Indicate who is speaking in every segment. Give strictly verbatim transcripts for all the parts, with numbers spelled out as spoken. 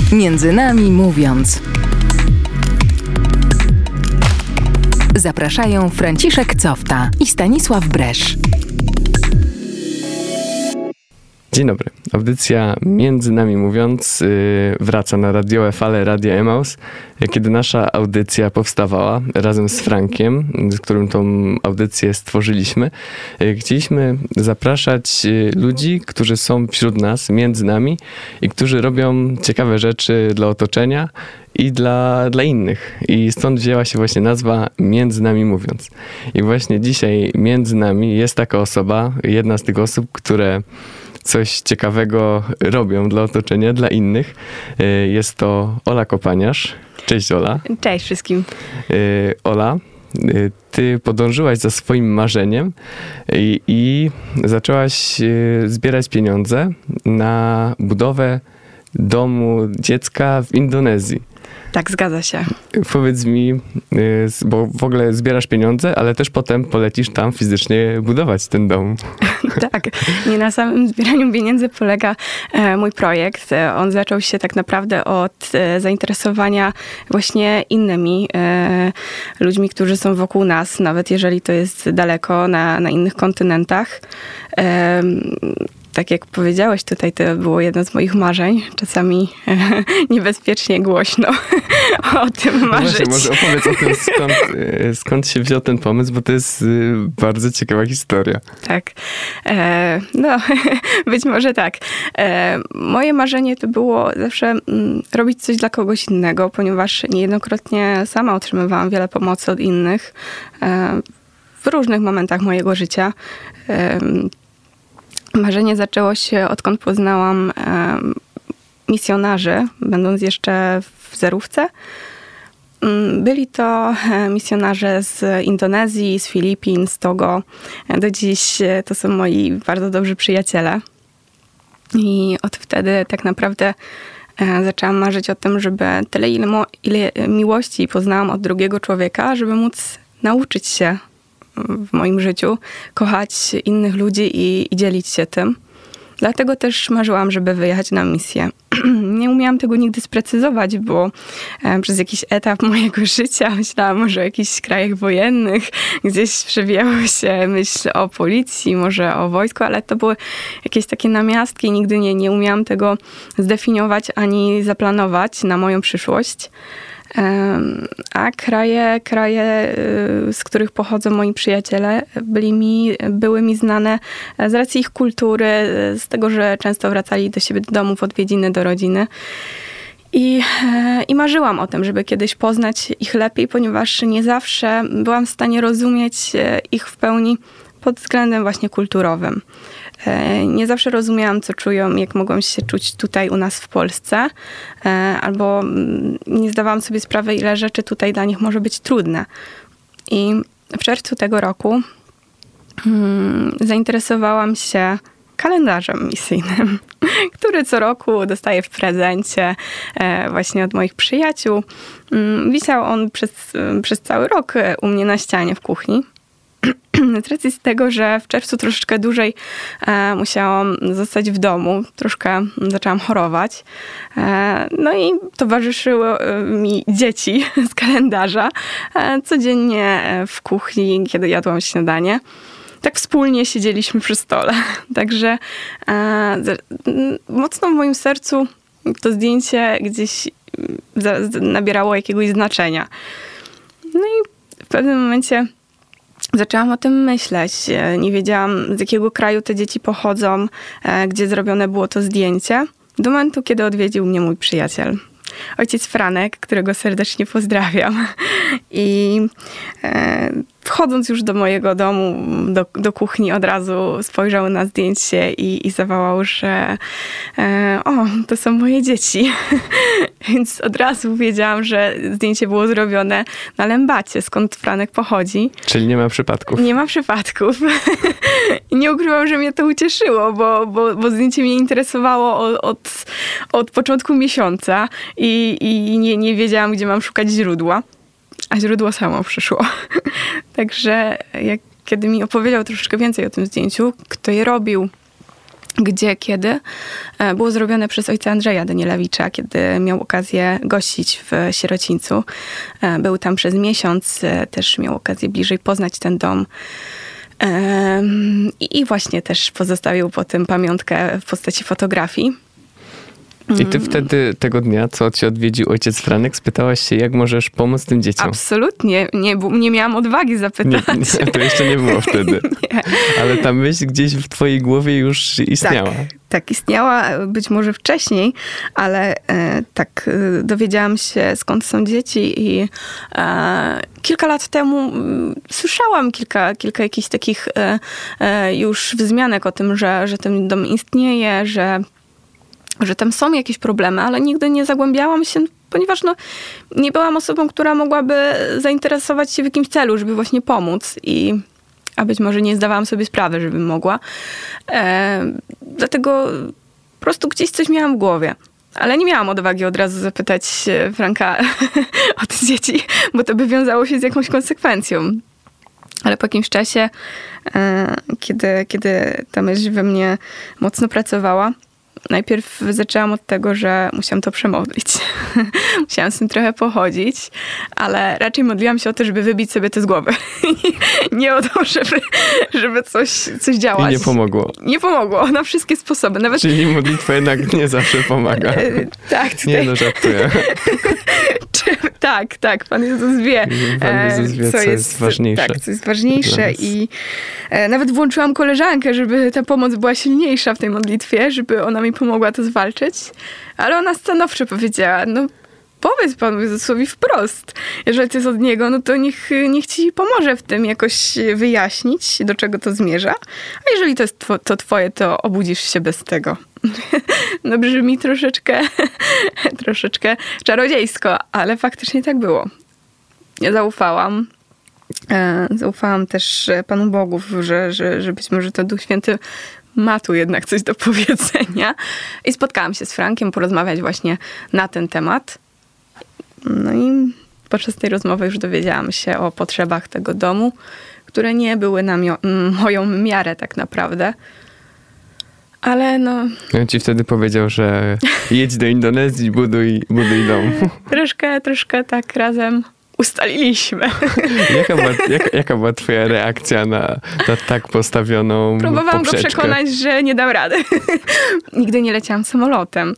Speaker 1: Między nami mówiąc. Zapraszają Franciszek Cofta i Stanisław Bresz.
Speaker 2: Dzień dobry. Audycja Między nami mówiąc yy, wraca na radiowe fale Radia Emaus. Kiedy nasza audycja powstawała razem z Frankiem, z którym tą audycję stworzyliśmy, yy, chcieliśmy zapraszać yy, ludzi, którzy są wśród nas, między nami i którzy robią ciekawe rzeczy dla otoczenia i dla, dla innych. I stąd wzięła się właśnie nazwa Między nami mówiąc. I właśnie dzisiaj między nami jest taka osoba, jedna z tych osób, które coś ciekawego robią dla otoczenia, dla innych. Jest to Ola Kopaniarz. Cześć, Ola.
Speaker 3: Cześć wszystkim.
Speaker 2: Ola, ty podążyłaś za swoim marzeniem i, i zaczęłaś zbierać pieniądze na budowę domu dziecka w Indonezji.
Speaker 3: Tak, zgadza się.
Speaker 2: Powiedz mi, bo w ogóle zbierasz pieniądze, ale też potem polecisz tam fizycznie budować ten dom.
Speaker 3: Tak, nie na samym zbieraniu pieniędzy polega e, mój projekt. On zaczął się tak naprawdę od e, zainteresowania właśnie innymi e, ludźmi, którzy są wokół nas, nawet jeżeli to jest daleko, na, na innych kontynentach. E, Tak jak powiedziałeś, tutaj to było jedno z moich marzeń. Czasami e, niebezpiecznie głośno o tym marzyć.
Speaker 2: No właśnie, może opowiedz o tym, skąd, skąd się wziął ten pomysł, bo to jest bardzo ciekawa historia.
Speaker 3: Tak. E, no, być może tak. E, moje marzenie to było zawsze mm, robić coś dla kogoś innego, ponieważ niejednokrotnie sama otrzymywałam wiele pomocy od innych e, w różnych momentach mojego życia. E, Marzenie zaczęło się, odkąd poznałam e, misjonarzy, będąc jeszcze w zerówce. Byli to misjonarze z Indonezji, z Filipin, z Togo. Do dziś to są moi bardzo dobrzy przyjaciele. I od wtedy tak naprawdę e, zaczęłam marzyć o tym, żeby tyle, ile, mo- ile miłości poznałam od drugiego człowieka, żeby móc nauczyć się w moim życiu, kochać innych ludzi i, i dzielić się tym. Dlatego też marzyłam, żeby wyjechać na misję. Nie umiałam tego nigdy sprecyzować, bo e, przez jakiś etap mojego życia myślałam może o jakichś krajach wojennych, gdzieś przewijało się myśl o policji, może o wojsku, ale to były jakieś takie namiastki. Nigdy nie, nie umiałam tego zdefiniować ani zaplanować na moją przyszłość. A kraje, kraje, z których pochodzą moi przyjaciele, byli mi, były mi znane z racji ich kultury, z tego, że często wracali do siebie do domu w odwiedziny, do rodziny. I, I marzyłam o tym, żeby kiedyś poznać ich lepiej, ponieważ nie zawsze byłam w stanie rozumieć ich w pełni pod względem właśnie kulturowym. Nie zawsze rozumiałam, co czują, jak mogą się czuć tutaj u nas w Polsce, albo nie zdawałam sobie sprawy, ile rzeczy tutaj dla nich może być trudne. I w czerwcu tego roku hmm, zainteresowałam się kalendarzem misyjnym, który co roku dostaję w prezencie właśnie od moich przyjaciół. Wisiał on przez, przez cały rok u mnie na ścianie w kuchni. Z racji z tego, że w czerwcu troszeczkę dłużej e, musiałam zostać w domu, troszkę zaczęłam chorować. E, no i towarzyszyły mi dzieci z kalendarza e, codziennie w kuchni, kiedy jadłam śniadanie. Tak wspólnie siedzieliśmy przy stole. Także e, mocno w moim sercu to zdjęcie gdzieś za, nabierało jakiegoś znaczenia. No i w pewnym momencie zaczęłam o tym myśleć. Nie wiedziałam, z jakiego kraju te dzieci pochodzą, gdzie zrobione było to zdjęcie. Do momentu, kiedy odwiedził mnie mój przyjaciel. Ojciec Franek, którego serdecznie pozdrawiam. I e, wchodząc już do mojego domu, do, do kuchni, od razu spojrzał na zdjęcie i, i zawołał, że e, o, to są moje dzieci. Więc od razu wiedziałam, że zdjęcie było zrobione na Lębacie, skąd Franek pochodzi.
Speaker 2: Czyli nie ma przypadków.
Speaker 3: Nie ma przypadków. I nie ukrywam, że mnie to ucieszyło, bo, bo, bo zdjęcie mnie interesowało od, od, od początku miesiąca i, i nie, nie wiedziałam, gdzie mam szukać źródła. A źródło samo przyszło. Także jak, kiedy mi opowiedział troszeczkę więcej o tym zdjęciu, kto je robił, Gdzie, kiedy, było zrobione przez ojca Andrzeja Danielewicza, kiedy miał okazję gościć w sierocińcu. Był tam przez miesiąc, też miał okazję bliżej poznać ten dom. I właśnie też pozostawił po tym pamiątkę w postaci fotografii.
Speaker 2: I ty wtedy, tego dnia, co cię odwiedził ojciec Franek, spytałaś się, jak możesz pomóc tym dzieciom?
Speaker 3: Absolutnie. Nie, nie miałam odwagi zapytać.
Speaker 2: Nie, nie, to jeszcze nie było wtedy. Nie. Ale ta myśl gdzieś w twojej głowie już istniała.
Speaker 3: Tak, tak, istniała być może wcześniej, ale e, tak e, dowiedziałam się, skąd są dzieci i e, kilka lat temu m, słyszałam kilka, kilka jakichś takich e, e, już wzmianek o tym, że, że ten dom istnieje, że że tam są jakieś problemy, ale nigdy nie zagłębiałam się, ponieważ no, nie byłam osobą, która mogłaby zainteresować się w jakimś celu, żeby właśnie pomóc. I, a być może nie zdawałam sobie sprawy, żebym mogła. E, dlatego po prostu gdzieś coś miałam w głowie. Ale nie miałam odwagi od razu zapytać Franka o te dzieci, bo to by wiązało się z jakąś konsekwencją. Ale po jakimś czasie, e, kiedy, kiedy ta myśl we mnie mocno pracowała, najpierw zaczęłam od tego, że musiałam to przemodlić. Musiałam z tym trochę pochodzić, ale raczej modliłam się o to, żeby wybić sobie to z głowy. Nie o to, żeby, żeby coś, coś działać.
Speaker 2: I nie pomogło.
Speaker 3: Nie pomogło, na wszystkie sposoby. Nawet...
Speaker 2: Czyli modlitwa jednak nie zawsze pomaga.
Speaker 3: Tak. Tutaj...
Speaker 2: Nie, no żartuję.
Speaker 3: Tak, tak, Pan Jezus wie,
Speaker 2: Pan Jezus wie, co, co jest, jest ważniejsze.
Speaker 3: Tak, co jest ważniejsze i e, nawet włączyłam koleżankę, żeby ta pomoc była silniejsza w tej modlitwie, żeby ona mi pomogła to zwalczyć, ale ona stanowczo powiedziała, no powiedz Panu Jezusowi wprost, jeżeli to jest od Niego, no to niech, niech ci pomoże w tym jakoś wyjaśnić, do czego to zmierza, a jeżeli to jest two, to Twoje, to obudzisz się bez tego. No brzmi troszeczkę, troszeczkę czarodziejsko, ale faktycznie tak było. Ja zaufałam. Zaufałam też Panu Bogu, że, że, że być może to Duch Święty ma tu jednak coś do powiedzenia. I spotkałam się z Frankiem porozmawiać właśnie na ten temat. No i podczas tej rozmowy już dowiedziałam się o potrzebach tego domu, które nie były na mio- moją miarę tak naprawdę. Ale no...
Speaker 2: Ja ci wtedy powiedział, że jedź do Indonezji, buduj, buduj dom.
Speaker 3: Troszkę, troszkę tak razem ustaliliśmy.
Speaker 2: Jaka była, jaka, jaka była twoja reakcja na, na tak postawioną
Speaker 3: Próbowałam
Speaker 2: poprzeczkę?
Speaker 3: go przekonać, że nie dam rady. Nigdy nie leciałam samolotem.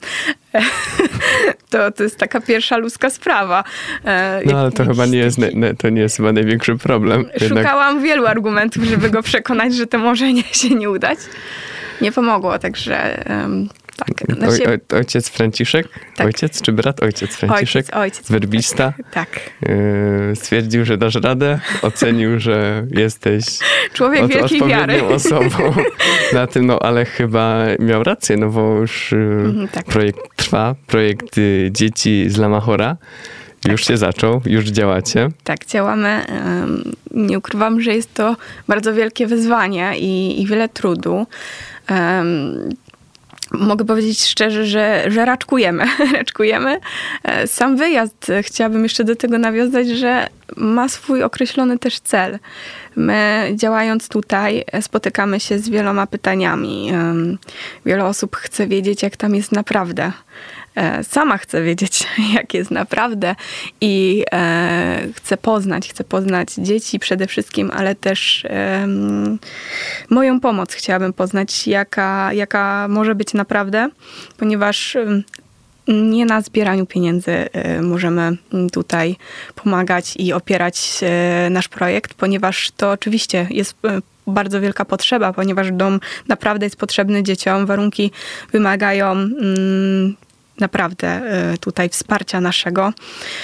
Speaker 3: To, to jest taka pierwsza ludzka sprawa.
Speaker 2: No ale to chyba nie jest, to nie jest chyba największy problem.
Speaker 3: Szukałam
Speaker 2: Jednak...
Speaker 3: wielu argumentów, żeby go przekonać, że to może nie, się nie udać. Nie pomogło, także... Um, tak.
Speaker 2: Znaczy... Oj, oj, ojciec Franciszek? Tak. Ojciec czy brat? Ojciec Franciszek?
Speaker 3: Ojciec, ojciec.
Speaker 2: Werbista?
Speaker 3: Tak.
Speaker 2: Yy, stwierdził, że dasz radę. Ocenił, że jesteś
Speaker 3: człowiek
Speaker 2: od,
Speaker 3: wielkiej
Speaker 2: odpowiednią
Speaker 3: wiary.
Speaker 2: osobą na tym, no ale chyba miał rację, no bo już yy, tak. projekt trwa. Projekt yy, Dzieci z Lamachora już tak. się zaczął, już działacie.
Speaker 3: Tak, działamy. Nie ukrywam, że jest to bardzo wielkie wyzwanie i, i wiele trudu. Um, Mogę powiedzieć szczerze, że, że raczkujemy. raczkujemy. Sam wyjazd, chciałabym jeszcze do tego nawiązać, że ma swój określony też cel. My działając tutaj spotykamy się z wieloma pytaniami. Wiele osób chce wiedzieć, jak tam jest naprawdę. Sama chcę wiedzieć, jak jest naprawdę i e, chcę poznać, chcę poznać dzieci przede wszystkim, ale też e, moją pomoc chciałabym poznać, jaka, jaka może być naprawdę, ponieważ nie na zbieraniu pieniędzy e, możemy tutaj pomagać i opierać e, nasz projekt, ponieważ to oczywiście jest e, bardzo wielka potrzeba, ponieważ dom naprawdę jest potrzebny dzieciom, warunki wymagają mm, naprawdę tutaj wsparcia naszego.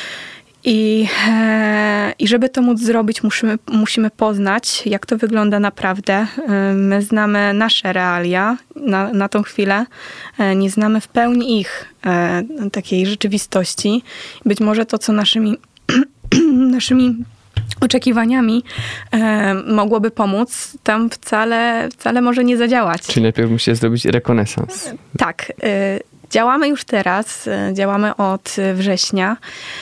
Speaker 3: I, i żeby to móc zrobić, musimy, musimy poznać, jak to wygląda naprawdę. My znamy nasze realia na, na tą chwilę. Nie znamy w pełni ich takiej rzeczywistości. Być może to, co naszymi, naszymi oczekiwaniami e, mogłoby pomóc, tam wcale, wcale może nie zadziałać.
Speaker 2: Czyli najpierw musicie zrobić rekonesans.
Speaker 3: Tak. E, Działamy już teraz, działamy od września,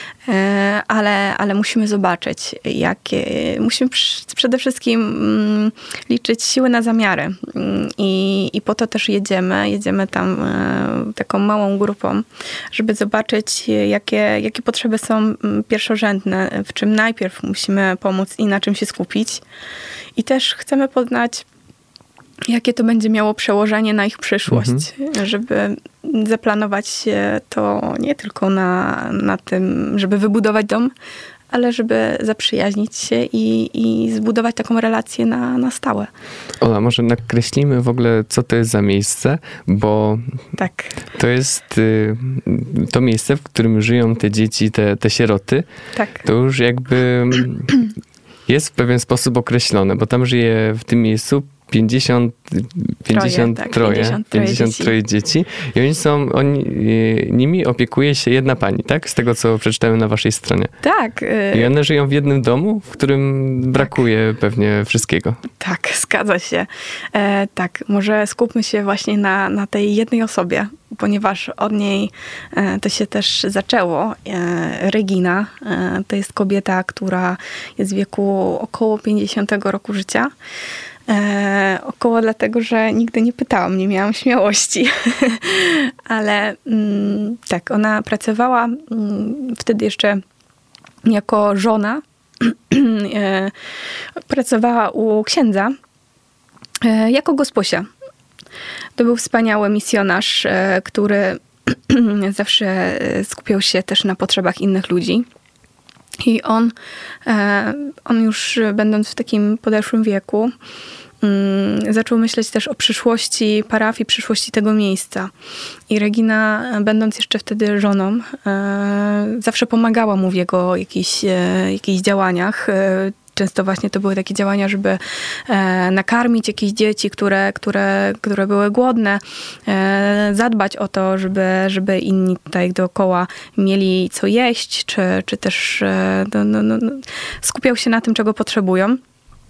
Speaker 3: ale, ale musimy zobaczyć, jakie... Musimy przede wszystkim liczyć siły na zamiary. I, i po to też jedziemy. Jedziemy tam taką małą grupą, żeby zobaczyć, jakie, jakie potrzeby są pierwszorzędne, w czym najpierw musimy pomóc i na czym się skupić. I też chcemy poznać, jakie to będzie miało przełożenie na ich przyszłość, mhm. żeby zaplanować to nie tylko na, na tym, żeby wybudować dom, ale żeby zaprzyjaźnić się i, i zbudować taką relację na, na stałe.
Speaker 2: Ola, może nakreślimy w ogóle, co to jest za miejsce, bo
Speaker 3: tak.
Speaker 2: to jest y, to miejsce, w którym żyją te dzieci, te, te sieroty. Tak. To już jakby jest w pewien sposób określone, bo tam żyje w tym miejscu pięćdziesiąt, pięćdziesiąt trzy,
Speaker 3: pięćdziesiąt trzy
Speaker 2: pięćdziesiąt trzy dzieci. I oni są, oni, nimi opiekuje się jedna pani, tak? Z tego, co przeczytałem na waszej stronie.
Speaker 3: Tak.
Speaker 2: I one żyją w jednym domu, w którym brakuje tak. pewnie wszystkiego.
Speaker 3: Tak, zgadza się. E, tak, może skupmy się właśnie na, na tej jednej osobie, ponieważ od niej e, to się też zaczęło. E, Regina e, to jest kobieta, która jest w wieku około pięćdziesiątego roku życia. E, około dlatego, że nigdy nie pytałam, nie miałam śmiałości. Ale mm, tak, ona pracowała mm, wtedy jeszcze jako żona. e, pracowała u księdza e, jako gosposia. To był wspaniały misjonarz, e, który zawsze skupiał się też na potrzebach innych ludzi. I on, on już będąc w takim podeszłym wieku, zaczął myśleć też o przyszłości parafii, przyszłości tego miejsca. I Regina, będąc jeszcze wtedy żoną, zawsze pomagała mu w jego jakichś, jakichś działaniach. Często właśnie to były takie działania, żeby e, nakarmić jakieś dzieci, które, które, które były głodne, e, zadbać o to, żeby, żeby inni tutaj dookoła mieli co jeść, czy, czy też e, no, no, no, skupiał się na tym, czego potrzebują.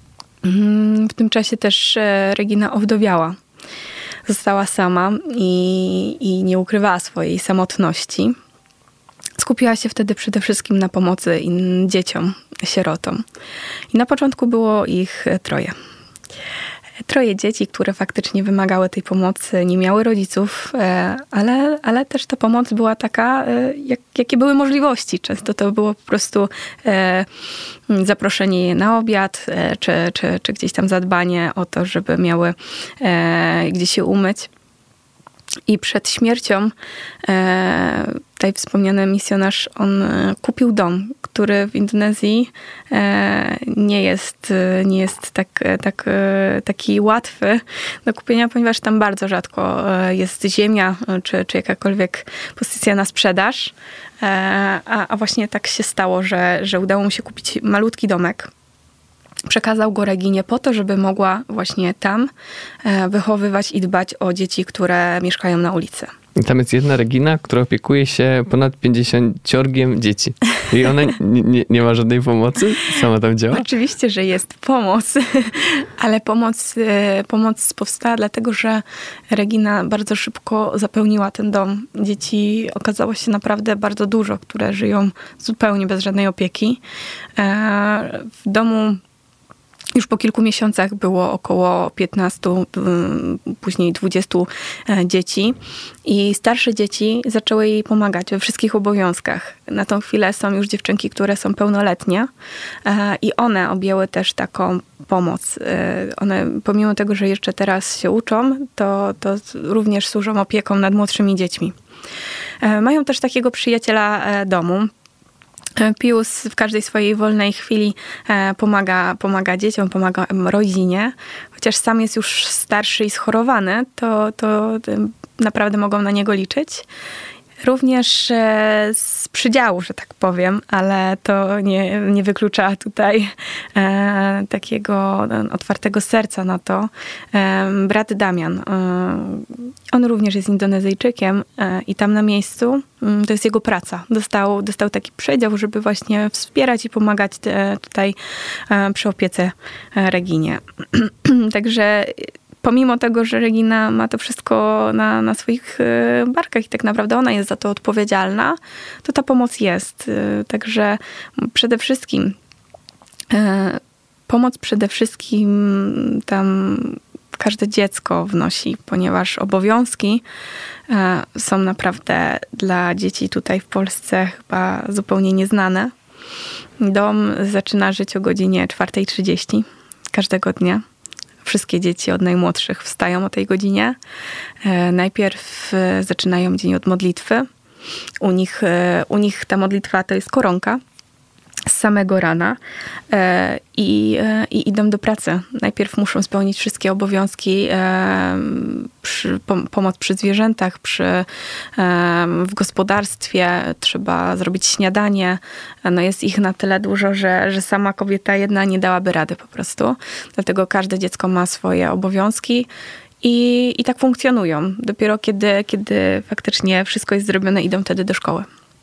Speaker 3: W tym czasie też Regina owdowiała. Została sama i, i nie ukrywała swojej samotności. Skupiła się wtedy przede wszystkim na pomocy innym dzieciom, sierotom. I na początku było ich troje. Troje dzieci, które faktycznie wymagały tej pomocy, nie miały rodziców, ale, ale też ta pomoc była taka, jak, jakie były możliwości. Często to było po prostu zaproszenie je na obiad, czy, czy, czy gdzieś tam zadbanie o to, żeby miały gdzie się umyć. I przed śmiercią e, tutaj wspomniany misjonarz, on kupił dom, który w Indonezji e, nie jest, nie jest tak, tak, taki łatwy do kupienia, ponieważ tam bardzo rzadko jest ziemia czy, czy jakakolwiek pozycja na sprzedaż. E, a, a właśnie tak się stało, że, że udało mu się kupić malutki domek. Przekazał go Reginie po to, żeby mogła właśnie tam wychowywać i dbać o dzieci, które mieszkają na ulicy.
Speaker 2: I tam jest jedna Regina, która opiekuje się ponad pięćdziesięciorgiem dzieci. I ona nie, nie, nie ma żadnej pomocy? Sama tam działa?
Speaker 3: Oczywiście, że jest pomoc, ale pomoc, pomoc powstała dlatego, że Regina bardzo szybko zapełniła ten dom. Dzieci okazało się naprawdę bardzo dużo, które żyją zupełnie bez żadnej opieki. W domu już po kilku miesiącach było około piętnastu, później dwudziestu dzieci i starsze dzieci zaczęły jej pomagać we wszystkich obowiązkach. Na tą chwilę są już dziewczynki, które są pełnoletnie i one objęły też taką pomoc. One, pomimo tego, że jeszcze teraz się uczą, to, to również służą opieką nad młodszymi dziećmi. Mają też takiego przyjaciela domu. Pius w każdej swojej wolnej chwili pomaga, pomaga dzieciom, pomaga rodzinie. Chociaż sam jest już starszy i schorowany, to, to naprawdę mogą na niego liczyć. Również z przydziału, że tak powiem, ale to nie, nie wyklucza tutaj e, takiego otwartego serca na to. E, brat Damian, e, on również jest Indonezyjczykiem e, i tam na miejscu e, to jest jego praca. Dostał, dostał taki przedział, żeby właśnie wspierać i pomagać te, tutaj e, przy opiece Reginie. Także pomimo tego, że Regina ma to wszystko na, na swoich barkach i tak naprawdę ona jest za to odpowiedzialna, to ta pomoc jest. Także przede wszystkim pomoc przede wszystkim tam każde dziecko wnosi, ponieważ obowiązki są naprawdę dla dzieci tutaj w Polsce chyba zupełnie nieznane. Dom zaczyna żyć o godzinie czwarta trzydzieści każdego dnia. Wszystkie dzieci od najmłodszych wstają o tej godzinie. Najpierw zaczynają dzień od modlitwy. U nich, u nich ta modlitwa to jest koronka z samego rana e, i, e, i idą do pracy. Najpierw muszą spełnić wszystkie obowiązki, e, przy, pom- pomoc przy zwierzętach, przy, e, w gospodarstwie, trzeba zrobić śniadanie. No jest ich na tyle dużo, że, że sama kobieta jedna nie dałaby rady po prostu. Dlatego każde dziecko ma swoje obowiązki. I, i tak funkcjonują. Dopiero kiedy, kiedy faktycznie wszystko jest zrobione, idą wtedy do szkoły.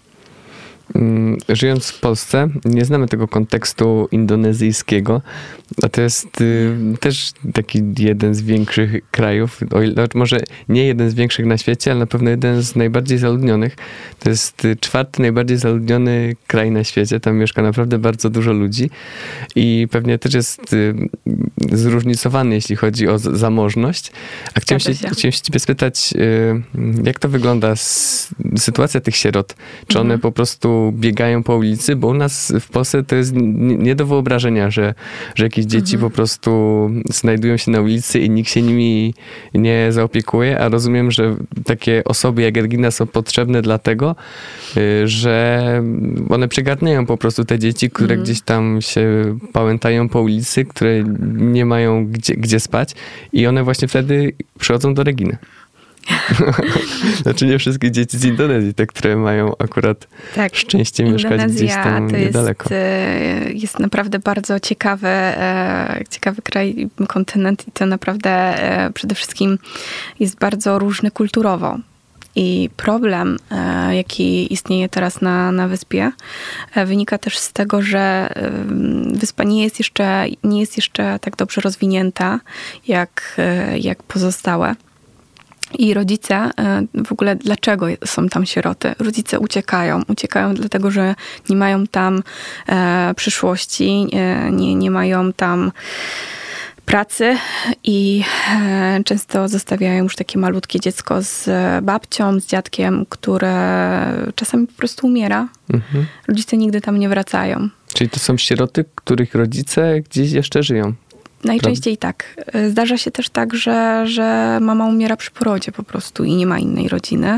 Speaker 2: Żyjąc w Polsce, nie znamy tego kontekstu indonezyjskiego, a to jest y, też taki jeden z większych krajów, o ile, może nie jeden z większych na świecie, ale na pewno jeden z najbardziej zaludnionych. To jest y, czwarty najbardziej zaludniony kraj na świecie, tam mieszka naprawdę bardzo dużo ludzi i pewnie też jest y, zróżnicowany, jeśli chodzi o z- zamożność. A chciałem się, się. chciałem się ciebie spytać, y, jak to wygląda s- sytuacja tych sierot? Czy one mhm. po prostu biegają po ulicy, bo u nas w Polsce to jest nie, nie do wyobrażenia, że, że jakieś dzieci mhm. po prostu znajdują się na ulicy i nikt się nimi nie zaopiekuje, a rozumiem, że takie osoby jak Regina są potrzebne dlatego, że one przygarniają po prostu te dzieci, które mhm. gdzieś tam się pałętają po ulicy, które nie mają gdzie, gdzie spać i one właśnie wtedy przychodzą do Reginy. Znaczy nie wszystkie dzieci z Indonezji, te, które mają akurat tak, szczęście mieszkać Indonezja gdzieś tam to niedaleko.
Speaker 3: Jest, jest naprawdę bardzo ciekawy, ciekawy kraj, kontynent i to naprawdę przede wszystkim jest bardzo różny kulturowo. I problem, jaki istnieje teraz na, na wyspie, wynika też z tego, że wyspa nie jest jeszcze, nie jest jeszcze tak dobrze rozwinięta jak, jak pozostałe. I rodzice, w ogóle dlaczego są tam sieroty? Rodzice uciekają. Uciekają dlatego, że nie mają tam e, przyszłości, e, nie, nie mają tam pracy i e, często zostawiają już takie malutkie dziecko z babcią, z dziadkiem, które czasami po prostu umiera. Mhm. Rodzice nigdy tam nie wracają.
Speaker 2: Czyli to są sieroty, których rodzice gdzieś jeszcze żyją?
Speaker 3: Najczęściej tak. Zdarza się też tak, że, że mama umiera przy porodzie po prostu i nie ma innej rodziny.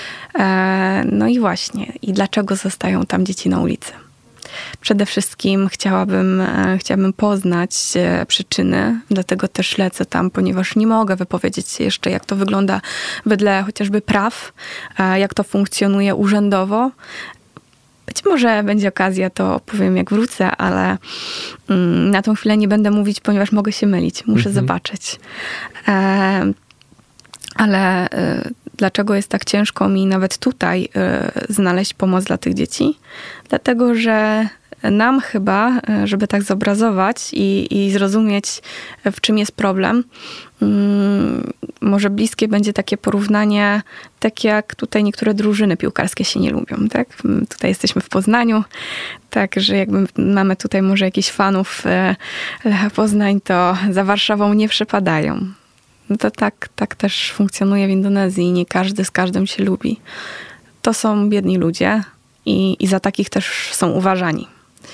Speaker 3: No i właśnie. I dlaczego zostają tam dzieci na ulicy? Przede wszystkim chciałabym, chciałabym poznać przyczyny, dlatego też lecę tam, ponieważ nie mogę wypowiedzieć się jeszcze, jak to wygląda wedle chociażby praw, jak to funkcjonuje urzędowo. Być może będzie okazja, to opowiem jak wrócę, ale mm, na tą chwilę nie będę mówić, ponieważ mogę się mylić. Muszę mhm. zobaczyć. E, ale e, dlaczego jest tak ciężko mi nawet tutaj e, znaleźć pomoc dla tych dzieci? Dlatego, że nam chyba, żeby tak zobrazować i, i zrozumieć, w czym jest problem, hmm, może bliskie będzie takie porównanie, tak jak tutaj niektóre drużyny piłkarskie się nie lubią, tak? Tutaj jesteśmy w Poznaniu, tak, że jakby mamy tutaj może jakichś fanów Lecha Poznań, to za Warszawą nie przepadają. No to tak, tak też funkcjonuje w Indonezji. Nie każdy z każdym się lubi. To są biedni ludzie i, i za takich też są uważani.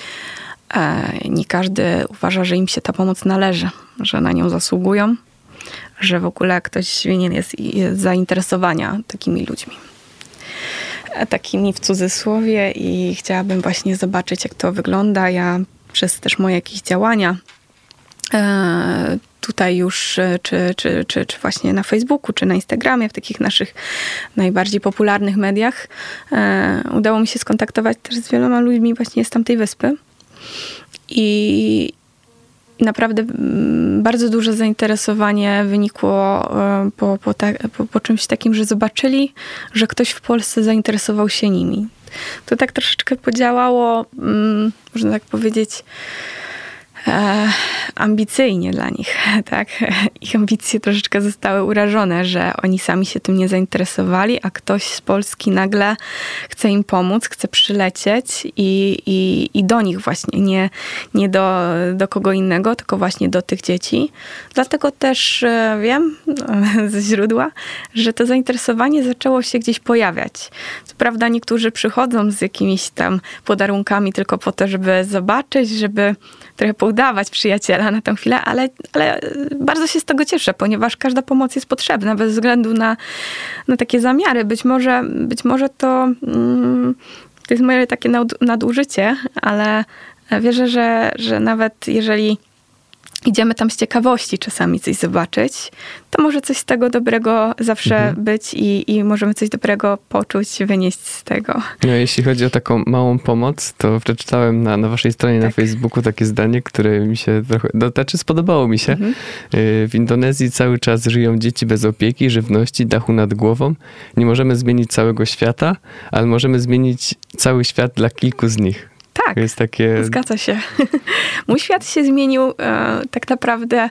Speaker 3: Nie każdy uważa, że im się ta pomoc należy, że na nią zasługują, że w ogóle ktoś winien jest zainteresowania takimi ludźmi. Takimi w cudzysłowie i chciałabym właśnie zobaczyć, jak to wygląda. Ja przez też moje jakieś działania tutaj już, czy, czy, czy, czy właśnie na Facebooku, czy na Instagramie, w takich naszych najbardziej popularnych mediach, udało mi się skontaktować też z wieloma ludźmi właśnie z tamtej wyspy. I naprawdę bardzo duże zainteresowanie wynikło po, po, ta, po, po czymś takim, że zobaczyli, że ktoś w Polsce zainteresował się nimi. To tak troszeczkę podziałało, można tak powiedzieć, e, ambicyjnie dla nich, tak? Ich ambicje troszeczkę zostały urażone, że oni sami się tym nie zainteresowali, a ktoś z Polski nagle chce im pomóc, chce przylecieć i, i, i do nich właśnie, nie, nie do, do kogo innego, tylko właśnie do tych dzieci. Dlatego też e, wiem ze źródła, że to zainteresowanie zaczęło się gdzieś pojawiać. Co prawda niektórzy przychodzą z jakimiś tam podarunkami tylko po to, żeby zobaczyć, żeby trochę poudawać przyjaciela na tę chwilę, ale, ale bardzo się z tego cieszę, ponieważ każda pomoc jest potrzebna, bez względu na, na takie zamiary. Być może, być może to, mm, to jest moje takie nadużycie, ale wierzę, że, że nawet jeżeli idziemy tam z ciekawości czasami coś zobaczyć, to może coś z tego dobrego zawsze mhm. być i, i możemy coś dobrego poczuć, wynieść z tego.
Speaker 2: No, jeśli chodzi o taką małą pomoc, to przeczytałem na, na waszej stronie tak. na Facebooku takie zdanie, które mi się trochę, no znaczy spodobało mi się. Mhm. W Indonezji cały czas żyją dzieci bez opieki, żywności, dachu nad głową. Nie możemy zmienić całego świata, ale możemy zmienić cały świat dla kilku z nich.
Speaker 3: Tak,
Speaker 2: jest takie...
Speaker 3: zgadza się. Mój świat się zmienił e, tak naprawdę,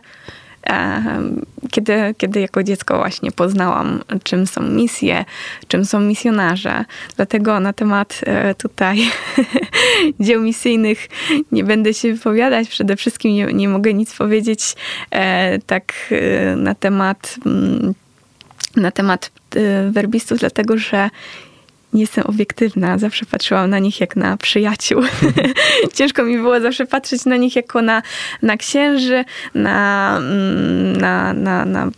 Speaker 3: e, kiedy, kiedy jako dziecko właśnie poznałam, czym są misje, czym są misjonarze. Dlatego na temat e, tutaj dzieł misyjnych nie będę się wypowiadać. Przede wszystkim nie, nie mogę nic powiedzieć e, tak e, na temat, m, na temat e, werbistów, dlatego że nie jestem obiektywna. Zawsze patrzyłam na nich jak na przyjaciół. Ciężko mi było zawsze patrzeć na nich jako na, na księży, na, na, na, na,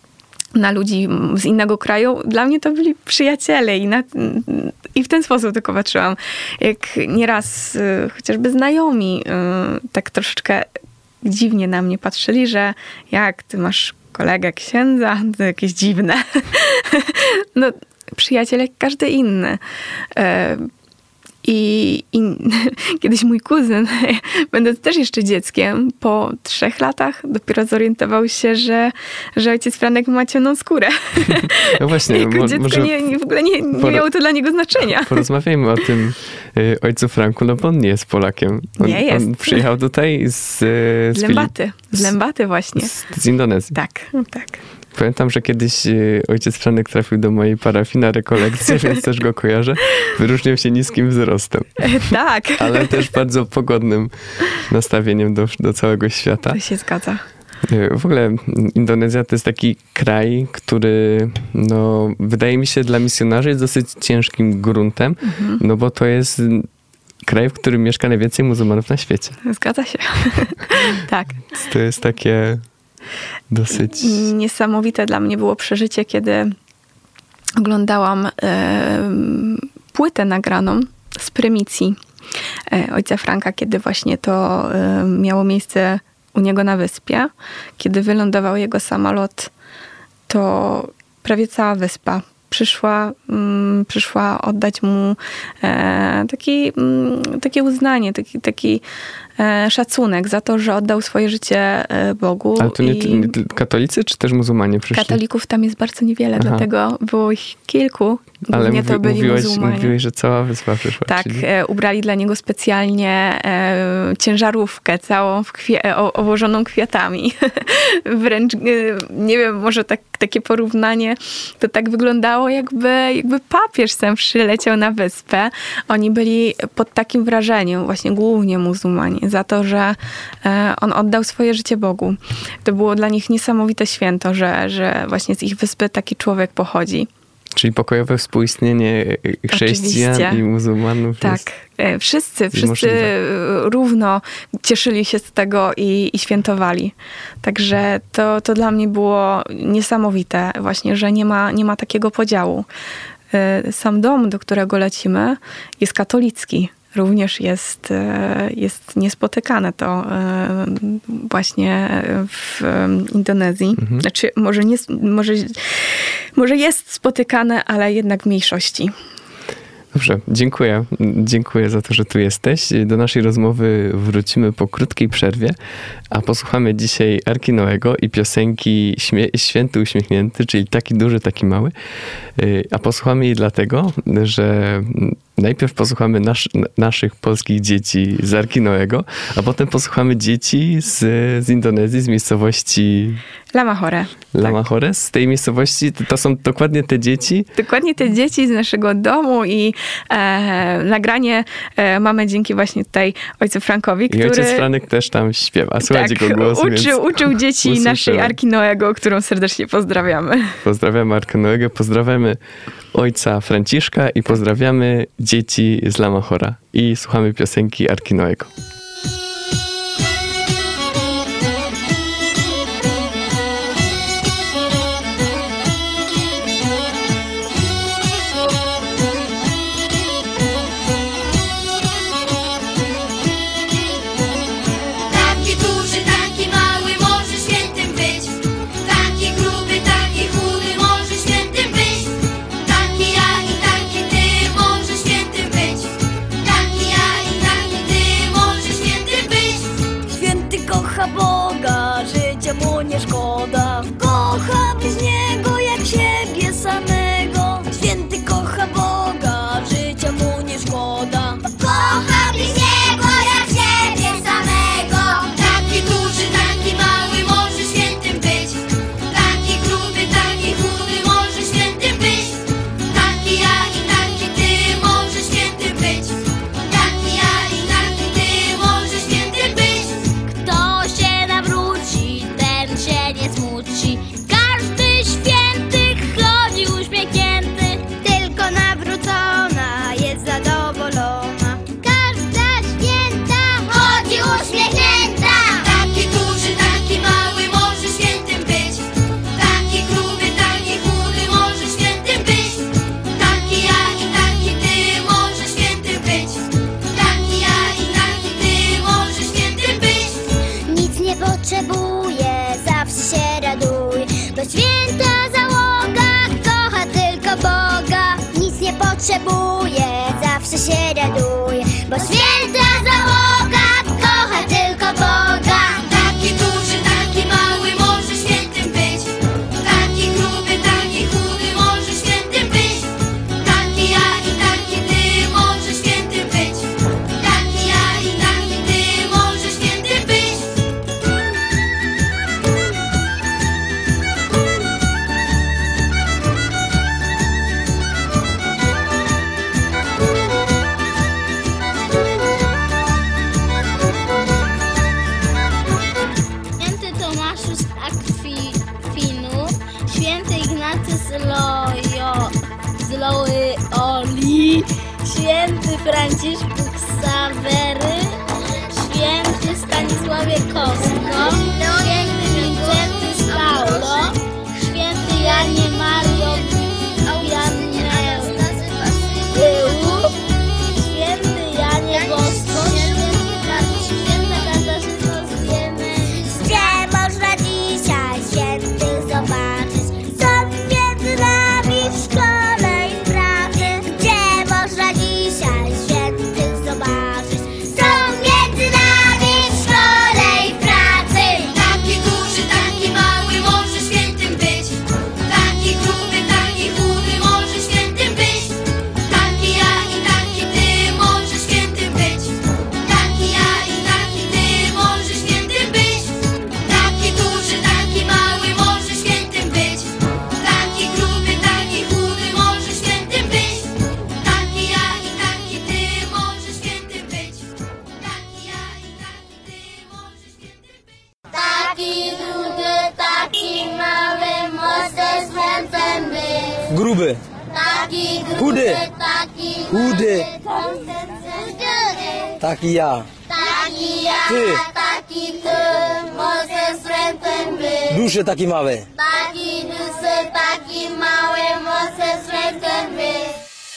Speaker 3: na ludzi z innego kraju. Dla mnie to byli przyjaciele i, na, i w ten sposób tylko patrzyłam. Jak nieraz chociażby znajomi tak troszeczkę dziwnie na mnie patrzyli, że jak ty masz kolegę księdza, to jakieś dziwne. No przyjaciel jak każdy inny. I, i kiedyś mój kuzyn, będąc też jeszcze dzieckiem, po trzech latach dopiero zorientował się, że, że ojciec Franek ma ciemną skórę.
Speaker 2: No właśnie.
Speaker 3: Jako mo- dziecko nie, nie, w ogóle nie, nie pora- miało to dla niego znaczenia.
Speaker 2: Porozmawiajmy o tym y, ojcu Franku, no bo on nie jest Polakiem. On,
Speaker 3: nie jest.
Speaker 2: On przyjechał tutaj z... Z,
Speaker 3: z Lębaty. Z Lębaty właśnie.
Speaker 2: Z, z Indonezji.
Speaker 3: Tak, tak.
Speaker 2: Pamiętam, że kiedyś ojciec Franek trafił do mojej parafii na rekolekcję, więc też go kojarzę. Wyróżniał się niskim wzrostem.
Speaker 3: Tak.
Speaker 2: Ale też bardzo pogodnym nastawieniem do, do całego świata.
Speaker 3: To się zgadza.
Speaker 2: W ogóle Indonezja to jest taki kraj, który no, wydaje mi się dla misjonarzy jest dosyć ciężkim gruntem, mhm. no bo to jest kraj, w którym mieszka najwięcej muzułmanów na świecie.
Speaker 3: Zgadza się. Tak.
Speaker 2: To jest takie... dosyć...
Speaker 3: Niesamowite dla mnie było przeżycie, kiedy oglądałam e, płytę nagraną z prymicji e, ojca Franka, kiedy właśnie to e, miało miejsce u niego na wyspie. Kiedy wylądował jego samolot, to prawie cała wyspa przyszła, mm, przyszła oddać mu e, taki, mm, takie uznanie, taki, taki e, szacunek za to, że oddał swoje życie e, Bogu.
Speaker 2: Ale to nie,
Speaker 3: I
Speaker 2: nie katolicy, czy też muzułmanie przyszli? Katolików
Speaker 3: tam jest bardzo niewiele, Aha. dlatego było ich kilku.
Speaker 2: Ale
Speaker 3: Głównie
Speaker 2: mówi,
Speaker 3: to byli
Speaker 2: mówiłeś,
Speaker 3: muzułmanie.
Speaker 2: mówiłeś, że cała wyspa przyszła.
Speaker 3: Tak,
Speaker 2: czyli...
Speaker 3: e, ubrali dla niego specjalnie e, ciężarówkę całą w kwie, o, obłożoną kwiatami. Wręcz, e, nie wiem, może tak, takie porównanie, to tak wyglądało, jakby, jakby papież sam przyleciał na wyspę. Oni byli pod takim wrażeniem, właśnie głównie muzułmanie, za to, że e, on oddał swoje życie Bogu. To było dla nich niesamowite święto, że, że właśnie z ich wyspy taki człowiek pochodzi.
Speaker 2: Czyli pokojowe współistnienie chrześcijan Oczywiście. I muzułmanów.
Speaker 3: Tak, jest wszyscy, wszyscy możliwe. Równo cieszyli się z tego i, i świętowali. Także to, to dla mnie było niesamowite właśnie, że nie ma, nie ma takiego podziału. Sam dom, do którego lecimy, jest katolicki. Również jest, jest niespotykane to właśnie w Indonezji. Mhm. Znaczy, może, nie, może, może jest spotykane, ale jednak w mniejszości.
Speaker 2: Dobrze, dziękuję. Dziękuję za to, że tu jesteś. Do naszej rozmowy wrócimy po krótkiej przerwie, a posłuchamy dzisiaj Arki Noego i piosenki Śmie- Święty Uśmiechnięty, czyli taki duży, taki mały. A posłuchamy jej dlatego, że najpierw posłuchamy nasz, naszych polskich dzieci z Arki Noego, a potem posłuchamy dzieci z, z Indonezji, z miejscowości
Speaker 3: Lamahore.
Speaker 2: Lamahore. Tak. Z tej miejscowości to, to są dokładnie te dzieci?
Speaker 3: Dokładnie te dzieci z naszego domu i e, nagranie e, mamy dzięki właśnie tutaj ojcu Frankowi, który...
Speaker 2: I ojciec Franek też tam śpiewa. Słuchajcie
Speaker 3: tak,
Speaker 2: go głos,
Speaker 3: uczył,
Speaker 2: więc
Speaker 3: uczył dzieci
Speaker 2: usłyszałem.
Speaker 3: naszej Arki Noego, którą serdecznie pozdrawiamy.
Speaker 2: Pozdrawiamy Arkę Noego, pozdrawiamy ojca Franciszka i pozdrawiamy dzieci z Lamahora. I słuchamy piosenki Arki Noego.
Speaker 4: Potrzebuje, zawsze się raduje, bo święta załoga kocha tylko Boga. Taki duży, taki mały może świętym być. Taki gruby, taki chudy może świętym być. Taki ja i taki ty może świętym być. Taki ja i taki ty może świętym być.
Speaker 5: Święty Franciszek Ksawery, święty Stanisławie Kostko, święty Wincenty Paulo, święty Janie Mario Janeu, święty Janie Bosko, święta Katarzyna z Wiemy.
Speaker 4: Gdzie można dzisiaj świętych zobaczyć? Są między nami w szkole i w pracy. Gdzie można dzisiaj świętych zobaczyć? Są między nami w szkole i w pracy.
Speaker 6: Taki duży, taki mały może świętym być. Taki gruby, taki chudy może świętym być. Taki ja i taki ty może świętym być. Taki ja i taki ty może świętym być. Taki duży, taki mały może świętym być. Taki gruby, taki chudy może świętym być. Taki ja i taki ty może świętym być. Taki ja i taki ty może świętym być.
Speaker 4: Taki duży, taki mały może świętym być.
Speaker 7: Gruby,
Speaker 4: Taki
Speaker 7: Chudy.
Speaker 4: taki
Speaker 7: chudy,
Speaker 4: chudy.
Speaker 7: taki ja.
Speaker 4: Taki ja,
Speaker 7: Ty.
Speaker 4: taki ty może świętym być.
Speaker 7: Duży, taki mały.
Speaker 4: Taki duży, taki mały może świętym być.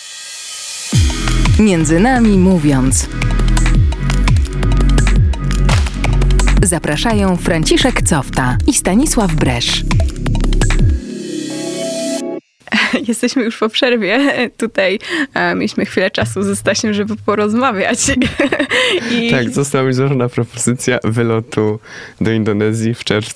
Speaker 1: Między nami mówiąc. Zapraszają Franciszek Cofta i Stanisław Bresz.
Speaker 3: Jesteśmy już po przerwie. Tutaj e, mieliśmy chwilę czasu ze Stasiem, żeby porozmawiać. I...
Speaker 2: Tak, została mi złożona propozycja wylotu do Indonezji w czerwcu.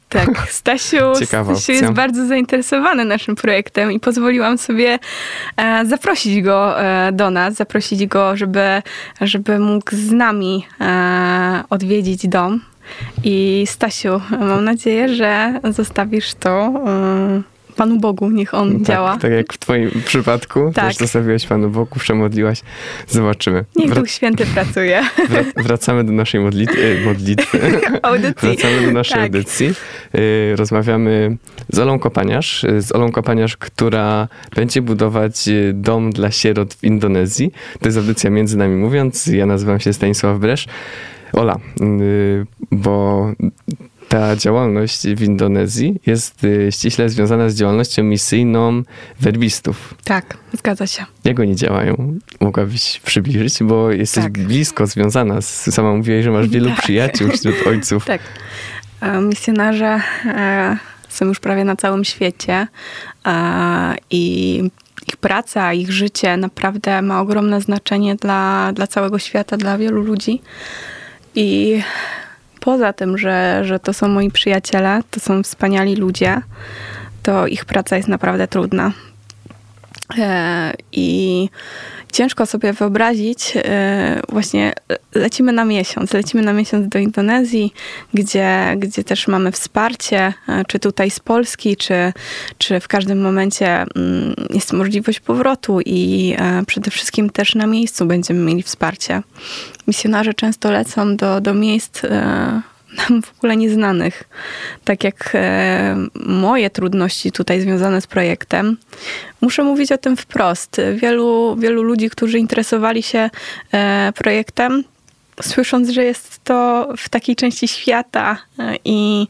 Speaker 3: Tak, Stasiu,
Speaker 2: Ciekawa
Speaker 3: Stasiu
Speaker 2: opcja.
Speaker 3: jest bardzo zainteresowany naszym projektem i pozwoliłam sobie e, zaprosić go e, do nas, zaprosić go, żeby, żeby mógł z nami e, odwiedzić dom. I Stasiu, mam nadzieję, że zostawisz to e, Panu Bogu, niech On
Speaker 2: tak,
Speaker 3: działa.
Speaker 2: Tak jak w twoim przypadku,
Speaker 3: Tak.
Speaker 2: też zostawiłaś Panu Bogu, przemodliłaś. Zobaczymy.
Speaker 3: Niech
Speaker 2: Wra-
Speaker 3: Duch Święty pracuje.
Speaker 2: wra- wracamy do naszej modlitwy. modlitwy.
Speaker 3: Audycji.
Speaker 2: Wracamy do naszej
Speaker 3: Tak.
Speaker 2: audycji. Y, Rozmawiamy z Olą Kopaniarz, y, z Olą Kopaniarz, która będzie budować y, dom dla sierot w Indonezji. To jest audycja Między Nami Mówiąc. Ja nazywam się Stanisław Bresz. Ola, y, bo ta działalność w Indonezji jest y, ściśle związana z działalnością misyjną werbistów.
Speaker 3: Tak, zgadza się.
Speaker 2: Jak oni działają? Mogłabyś przybliżyć? Bo jesteś
Speaker 3: Tak.
Speaker 2: blisko związana. z- Sama mówiłaś, że masz wielu
Speaker 3: Tak.
Speaker 2: przyjaciół wśród ojców.
Speaker 3: Tak. E, Misjonarze e, są już prawie na całym świecie e, i ich praca, ich życie naprawdę ma ogromne znaczenie dla, dla całego świata, dla wielu ludzi. I poza tym, że, że to są moi przyjaciele, to są wspaniali ludzie, to ich praca jest naprawdę trudna. E, I ciężko sobie wyobrazić, e, właśnie lecimy na miesiąc, lecimy na miesiąc do Indonezji, gdzie, gdzie też mamy wsparcie, e, czy tutaj z Polski, czy, czy w każdym momencie mm, jest możliwość powrotu i e, przede wszystkim też na miejscu będziemy mieli wsparcie. Misjonarze często lecą do, do miejsc e, nam w ogóle nieznanych. Tak jak e, moje trudności tutaj związane z projektem, muszę mówić o tym wprost. Wielu, wielu ludzi, którzy interesowali się e, projektem, słysząc, że jest to w takiej części świata e, i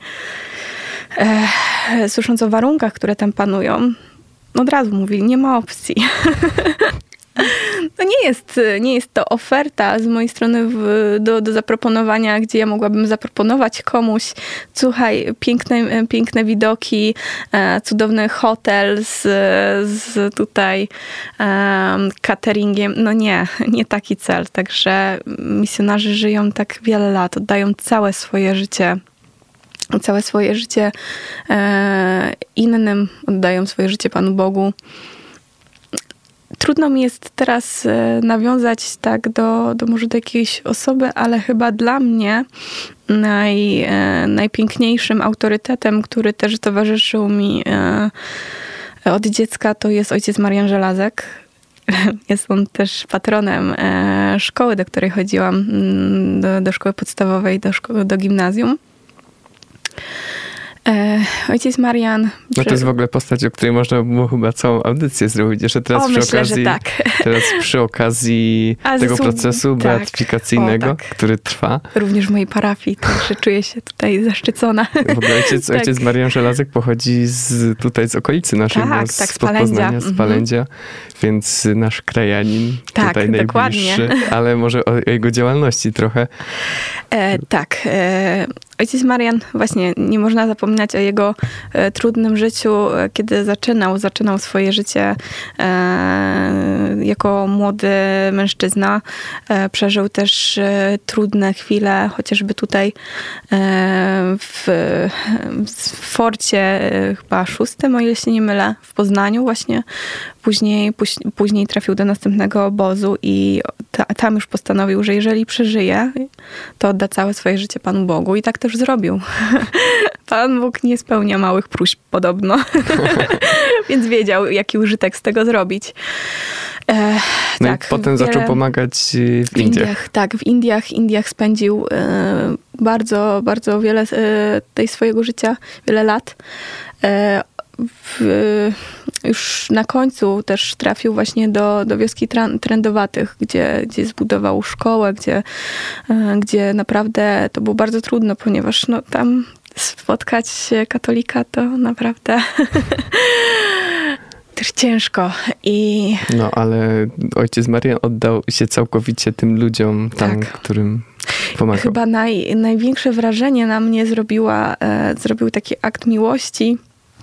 Speaker 3: e, słysząc o warunkach, które tam panują, od razu mówili, nie ma opcji. No nie jest, nie jest to oferta z mojej strony w, do, do zaproponowania, gdzie ja mogłabym zaproponować komuś, słuchaj, piękne, piękne widoki, e, cudowny hotel z, z tutaj e, cateringiem. No nie, nie taki cel. Także misjonarze żyją tak wiele lat, oddają całe swoje życie całe swoje życie e, innym, oddają swoje życie Panu Bogu. Trudno mi jest teraz e, nawiązać tak do, do może do jakiejś osoby, ale chyba dla mnie naj, e, najpiękniejszym autorytetem, który też towarzyszył mi e, od dziecka, to jest ojciec Marian Żelazek. Jest on też patronem e, szkoły, do której chodziłam, do, do szkoły podstawowej, do, szko- do gimnazjum. E, ojciec Marian...
Speaker 2: No to jest w ogóle postać, o której można było chyba całą audycję zrobić. Jeszcze teraz
Speaker 3: O,
Speaker 2: przy
Speaker 3: myślę,
Speaker 2: okazji,
Speaker 3: że tak.
Speaker 2: teraz przy okazji
Speaker 3: A,
Speaker 2: tego
Speaker 3: zasług-
Speaker 2: procesu
Speaker 3: tak.
Speaker 2: beatyfikacyjnego,
Speaker 3: O, tak.
Speaker 2: który trwa.
Speaker 3: Również w mojej parafii, także czuję się tutaj zaszczycona.
Speaker 2: W ogóle ojciec,
Speaker 3: Tak.
Speaker 2: ojciec Marian Żelazek pochodzi z, tutaj z okolicy naszej,
Speaker 3: Tak,
Speaker 2: bo z,
Speaker 3: tak, z
Speaker 2: z Podpoznania, z
Speaker 3: Palędzia.
Speaker 2: Palędzia, więc nasz krajanin
Speaker 3: Tak,
Speaker 2: tutaj
Speaker 3: dokładnie.
Speaker 2: najbliższy, ale może o jego działalności trochę.
Speaker 3: E, tak. E, ojciec Marian, właśnie nie można zapominać o jego e, trudnym życiu, e, kiedy zaczynał, zaczynał swoje życie e, jako młody mężczyzna. E, przeżył też e, trudne chwile, chociażby tutaj e, w, w forcie e, chyba szóstym, o ile się nie mylę, w Poznaniu właśnie. Później, póź- później trafił do następnego obozu i ta, tam już postanowił, że jeżeli przeżyje, to odda całe swoje życie Panu Bogu. I tak też zrobił. Pan Bóg nie spełnia małych próśb podobno. Więc wiedział, jaki użytek z tego zrobić. E,
Speaker 2: No
Speaker 3: tak,
Speaker 2: i potem
Speaker 3: wiele-
Speaker 2: zaczął pomagać y, w
Speaker 3: w
Speaker 2: Indiach.
Speaker 3: Indiach, tak, w Indiach, Indiach spędził e, bardzo, bardzo wiele e, tej swojego życia, wiele lat. E, w, już na końcu też trafił właśnie do, do wioski tran- trędowatych, gdzie, gdzie zbudował szkołę, gdzie, e, gdzie naprawdę to było bardzo trudno, ponieważ no, tam spotkać katolika to naprawdę też ciężko. I
Speaker 2: No, ale ojciec Marian oddał się całkowicie tym ludziom tam,
Speaker 3: Tak.
Speaker 2: którym pomagał.
Speaker 3: chyba naj, największe wrażenie na mnie zrobiła, e, zrobił taki akt miłości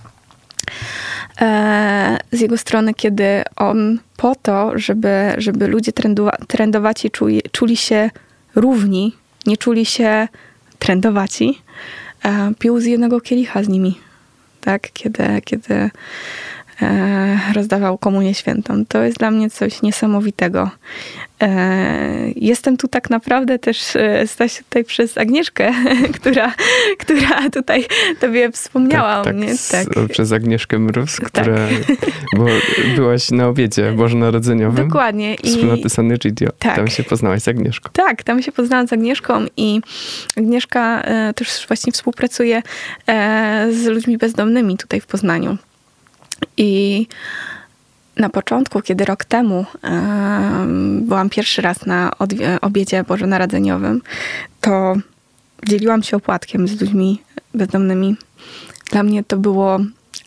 Speaker 3: e, z jego strony, kiedy on po to, żeby, żeby ludzie trendowa, trendowaci czuli, czuli się równi, nie czuli się trendowaci, e, pił z jednego kielicha z nimi, tak, kiedy, kiedy e, rozdawał komunię świętą. To jest dla mnie coś niesamowitego. E, jestem tu tak naprawdę też, e, Staś, tutaj przez Agnieszkę, która, która tutaj tobie wspomniała
Speaker 2: tak,
Speaker 3: o mnie.
Speaker 2: Tak,
Speaker 3: Tak,
Speaker 2: przez Agnieszkę Mróz,
Speaker 3: Tak.
Speaker 2: która bo byłaś na obiedzie bożonarodzeniowym
Speaker 3: dokładnie. I
Speaker 2: wspólnoty San Egidio.
Speaker 3: Tak.
Speaker 2: Tam się poznałaś z Agnieszką.
Speaker 3: tak, tam się poznałam z Agnieszką i Agnieszka e, też właśnie współpracuje e, z ludźmi bezdomnymi tutaj w Poznaniu. I na początku, kiedy rok temu e, byłam pierwszy raz na odwie- obiedzie bożonarodzeniowym, to dzieliłam się opłatkiem z ludźmi bezdomnymi. Dla mnie to było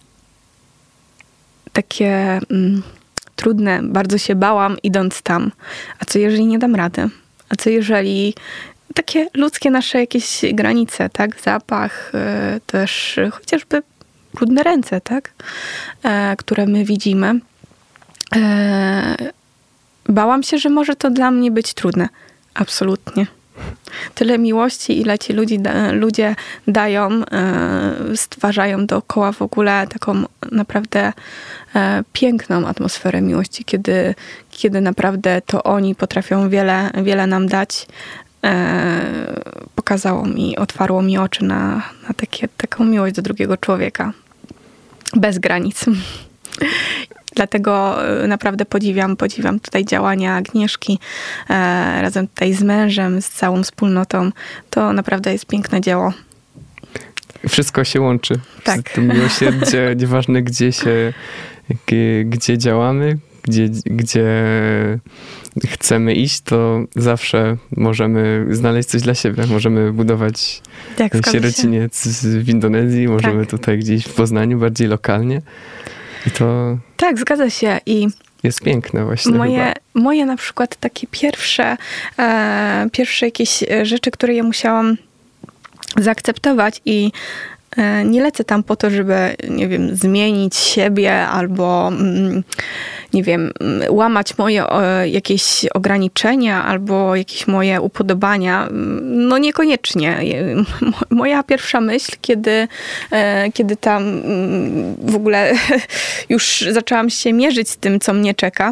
Speaker 3: takie mm, trudne. Bardzo się bałam idąc tam. A co jeżeli nie dam rady? A co jeżeli takie ludzkie nasze jakieś granice, tak? Zapach, e, też chociażby brudne ręce, tak? E, które my widzimy. E, bałam się, że może to dla mnie być trudne. Absolutnie. Tyle miłości, ile ci ludzi, da, ludzie dają, e, stwarzają dookoła w ogóle taką naprawdę e, piękną atmosferę miłości, kiedy, kiedy naprawdę to oni potrafią wiele, wiele nam dać. E, pokazało mi, otwarło mi oczy na, na takie, taką miłość do drugiego człowieka. Bez granic. Dlatego naprawdę podziwiam, podziwiam tutaj działania Agnieszki e, razem tutaj z mężem, z całą wspólnotą. To naprawdę jest piękne dzieło.
Speaker 2: Wszystko się łączy.
Speaker 3: Tak.
Speaker 2: To miłosierdzie, nieważne gdzie się, g- gdzie działamy, gdzie, gdzie chcemy iść, to zawsze możemy znaleźć coś dla siebie. Możemy budować
Speaker 3: Tak, zgadza się.
Speaker 2: sierociniec w Indonezji, możemy
Speaker 3: Tak.
Speaker 2: tutaj gdzieś w Poznaniu, bardziej lokalnie. I to
Speaker 3: Tak, zgadza się. I
Speaker 2: jest piękne właśnie
Speaker 3: moje,
Speaker 2: chyba.
Speaker 3: moje na przykład takie pierwsze, e, pierwsze jakieś rzeczy, które ja musiałam zaakceptować i e, nie lecę tam po to, żeby, nie wiem, zmienić siebie albo, mm, nie wiem, mm, łamać moje o, jakieś ograniczenia albo jakieś moje upodobania. No niekoniecznie. Je- mo- Moja pierwsza myśl, kiedy, e, kiedy tam mm, w ogóle już zaczęłam się mierzyć z tym, co mnie czeka,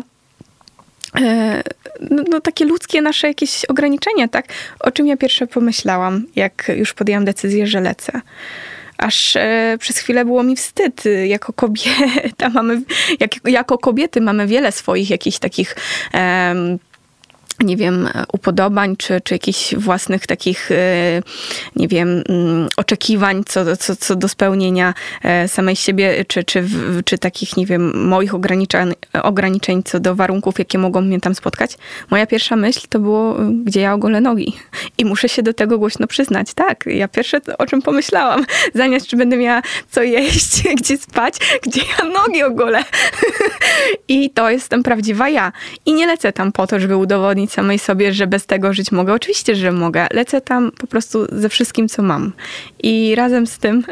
Speaker 3: E, No, no takie ludzkie nasze jakieś ograniczenia, tak? O czym ja pierwsze pomyślałam, jak już podjęłam decyzję, że lecę. Aż e, przez chwilę było mi wstyd. Jako kobieta mamy, jak, jako kobiety mamy wiele swoich jakichś takich em, nie wiem, upodobań, czy, czy jakichś własnych takich, e, nie wiem, mm, oczekiwań co, co, co do spełnienia e, samej siebie, czy, czy, w- czy takich, nie wiem, moich ograniczeń, ograniczeń co do warunków, jakie mogą mnie tam spotkać. Moja pierwsza myśl to było, gdzie ja ogolę nogi. I muszę się do tego głośno przyznać. Tak, ja pierwsze to, o czym pomyślałam, zamiast czy będę miała co jeść, gdzie spać, gdzie ja nogi ogolę. I to jestem prawdziwa ja. I nie lecę tam po to, żeby udowodnić samej sobie, że bez tego żyć mogę. Oczywiście, że mogę. Lecę tam po prostu ze wszystkim, co mam. I razem z tym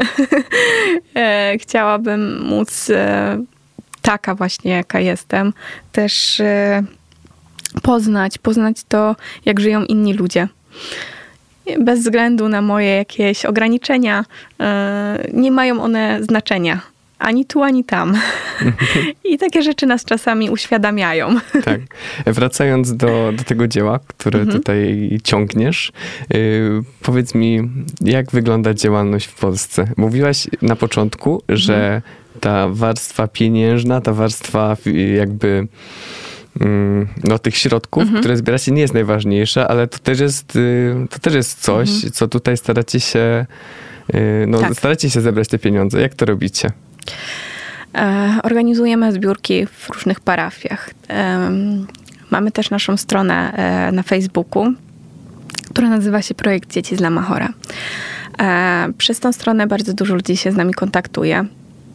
Speaker 3: e, chciałabym móc e, taka właśnie, jaka jestem, też e, poznać, poznać to, jak żyją inni ludzie. Bez względu na moje jakieś ograniczenia, e, nie mają one znaczenia. Ani tu, ani tam. I takie rzeczy nas czasami uświadamiają.
Speaker 2: Tak. Wracając do, do tego dzieła, które
Speaker 3: Mhm.
Speaker 2: tutaj ciągniesz, yy, powiedz mi, jak wygląda działalność w Polsce? Mówiłaś na początku,
Speaker 3: Mhm.
Speaker 2: że ta warstwa pieniężna, ta warstwa y, jakby mm, no, tych środków,
Speaker 3: Mhm.
Speaker 2: które zbieracie, nie jest najważniejsza, ale to też jest, y, to też jest coś,
Speaker 3: Mhm.
Speaker 2: co tutaj staracie się, y, no,
Speaker 3: Tak.
Speaker 2: staracie się zebrać te pieniądze. Jak to robicie?
Speaker 3: E, Organizujemy zbiórki w różnych parafiach. Em, Mamy też naszą stronę e, na Facebooku, która nazywa się Projekt Dzieci z Lamachora. E, Przez tą stronę bardzo dużo ludzi się z nami kontaktuje,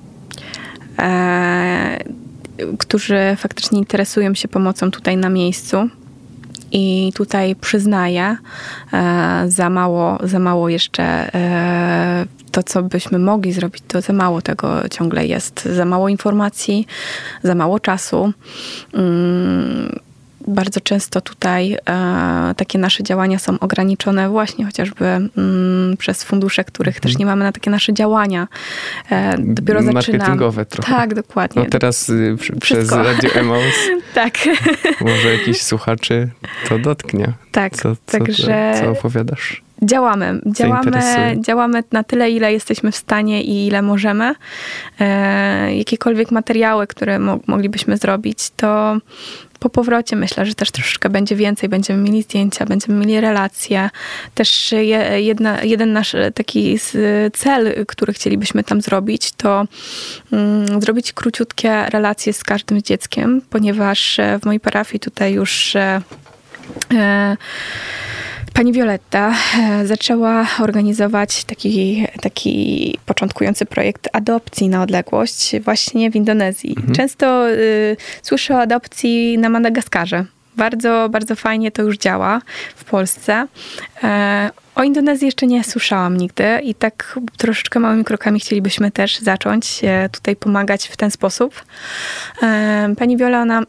Speaker 3: e, którzy faktycznie interesują się pomocą tutaj na miejscu. I tutaj przyznaję, e, za mało, za mało jeszcze e, to, co byśmy mogli zrobić, to za mało tego ciągle jest. Za mało informacji, za mało czasu. Mm, bardzo często tutaj e, takie nasze działania są ograniczone właśnie chociażby mm, przez fundusze, których mhm. też nie mamy na takie nasze działania. E, dopiero zaczynamy.
Speaker 2: Marketingowe trochę.
Speaker 3: Tak, dokładnie.
Speaker 2: No teraz y, przy, przez Radio Emaus
Speaker 3: tak.
Speaker 2: może jakiś słuchaczy to dotknie.
Speaker 3: Tak,
Speaker 2: co, co,
Speaker 3: także...
Speaker 2: Co opowiadasz?
Speaker 3: Działamy. Działamy, działamy na tyle, ile jesteśmy w stanie i ile możemy. E, jakiekolwiek materiały, które mo- moglibyśmy zrobić, to po powrocie myślę, że też troszeczkę będzie więcej. Będziemy mieli zdjęcia, będziemy mieli relacje. Też je, jedna, jeden nasz taki cel, który chcielibyśmy tam zrobić, to mm, zrobić króciutkie relacje z każdym dzieckiem, ponieważ w mojej parafii tutaj już e, e, Pani Violetta zaczęła organizować taki, taki początkujący projekt adopcji na odległość właśnie w Indonezji. Mhm. Często y, słyszę o adopcji na Madagaskarze. Bardzo, bardzo fajnie to już działa w Polsce. E, o Indonezji jeszcze nie słyszałam nigdy i tak troszeczkę małymi krokami chcielibyśmy też zacząć e, tutaj pomagać w ten sposób. E, pani Viola, ona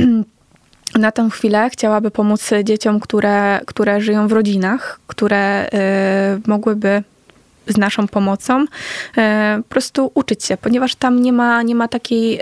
Speaker 3: na tę chwilę chciałaby pomóc dzieciom, które, które żyją w rodzinach, które y, mogłyby z naszą pomocą y, po prostu uczyć się, ponieważ tam nie ma, nie ma takiej, y,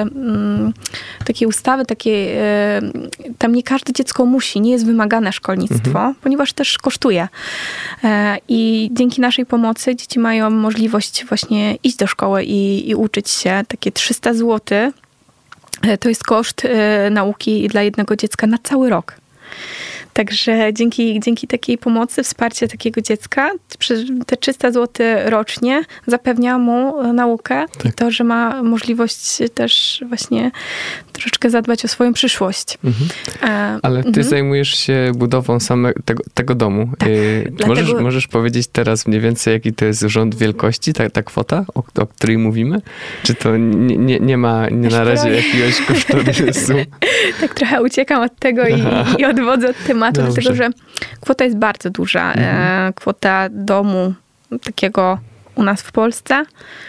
Speaker 3: y, takiej ustawy, takiej, y, tam nie każde dziecko musi, nie jest wymagane szkolnictwo, mhm. ponieważ też kosztuje. Y, I dzięki naszej pomocy dzieci mają możliwość właśnie iść do szkoły i, i uczyć się. Takie trzysta złotych to jest koszt y, nauki dla jednego dziecka na cały rok. Także dzięki, dzięki takiej pomocy, wsparcie takiego dziecka, te trzysta złotych rocznie zapewnia mu naukę tak. i to, że ma możliwość też właśnie troszeczkę zadbać o swoją przyszłość. Mhm.
Speaker 2: E, Ale ty mhm. zajmujesz się budową samego tego, tego domu.
Speaker 3: Tak,
Speaker 2: yy,
Speaker 3: dlatego...
Speaker 2: możesz, możesz powiedzieć teraz mniej więcej, jaki to jest rząd wielkości, ta, ta kwota, o, o której mówimy? Czy to nie, nie, nie ma nie na razie jakiegoś kosztorysu?
Speaker 3: Tak trochę uciekam od tego i, i odwodzę od tematu, Dobrze. dlatego że kwota jest bardzo duża. Mhm. Kwota domu takiego u nas w Polsce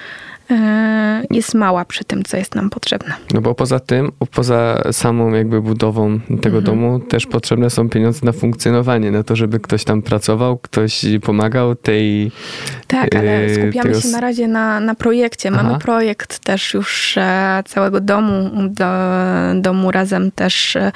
Speaker 3: jest mała przy tym, co jest nam potrzebne.
Speaker 2: No bo poza tym, poza samą jakby budową tego mhm. domu, też potrzebne są pieniądze na funkcjonowanie, na to, żeby ktoś tam pracował, ktoś pomagał tej...
Speaker 3: Tak, ale skupiamy tego... się na razie na, na projekcie. Mamy Aha. projekt też już e, całego domu, do, domu razem też e,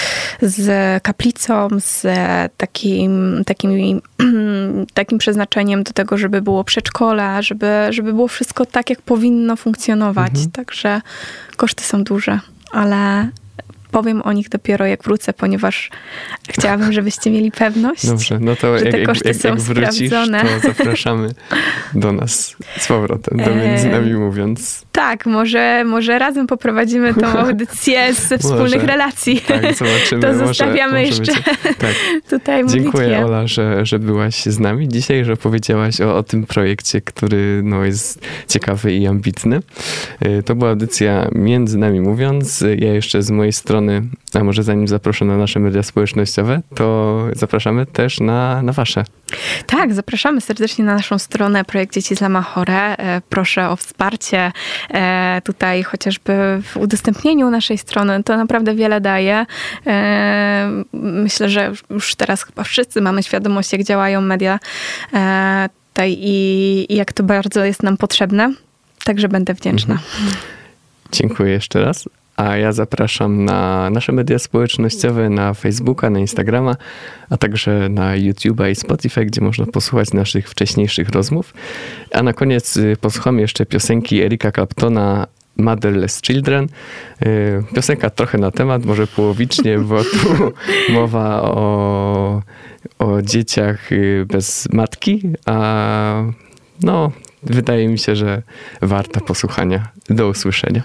Speaker 3: z kaplicą, z takim, takim, takim przeznaczeniem do tego, żeby było przedszkola, żeby, żeby było wszystko tak, jak powinno funkcjonować. Mhm. Także koszty są duże, ale powiem o nich dopiero jak wrócę, ponieważ chciałabym, żebyście mieli pewność,
Speaker 2: Dobrze, no to
Speaker 3: że
Speaker 2: jak,
Speaker 3: te koszty
Speaker 2: jak,
Speaker 3: są
Speaker 2: jak wrócisz,
Speaker 3: sprawdzone.
Speaker 2: To zapraszamy do nas z powrotem, do Między Nami Mówiąc.
Speaker 3: Tak, może, może razem poprowadzimy tą audycję ze wspólnych
Speaker 2: może. relacji. Tak, zobaczymy.
Speaker 3: To zostawiamy może, jeszcze może tak. tutaj modlitwie.
Speaker 2: Dziękuję, Ola, że, że byłaś z nami dzisiaj, że powiedziałaś o, o tym projekcie, który no, jest ciekawy i ambitny. To była audycja Między Nami Mówiąc. Ja jeszcze z mojej strony, a może zanim zaproszę na nasze media społecznościowe, to zapraszamy też na, na wasze.
Speaker 3: Tak, zapraszamy serdecznie na naszą stronę Projekt Dzieci z Lama Chore. Proszę o wsparcie tutaj chociażby w udostępnieniu naszej strony. To naprawdę wiele daje. Myślę, że już teraz chyba wszyscy mamy świadomość, jak działają media tutaj i, i jak to bardzo jest nam potrzebne. Także będę wdzięczna. Mhm.
Speaker 2: Dziękuję jeszcze raz. A ja zapraszam na nasze media społecznościowe, na Facebooka, na Instagrama, a także na YouTube'a i Spotify, gdzie można posłuchać naszych wcześniejszych rozmów. A na koniec posłuchamy jeszcze piosenki Erika Claptona Motherless Children. Piosenka trochę na temat, może połowicznie, bo tu mowa o, o dzieciach bez matki, a no, wydaje mi się, że warta posłuchania. Do usłyszenia.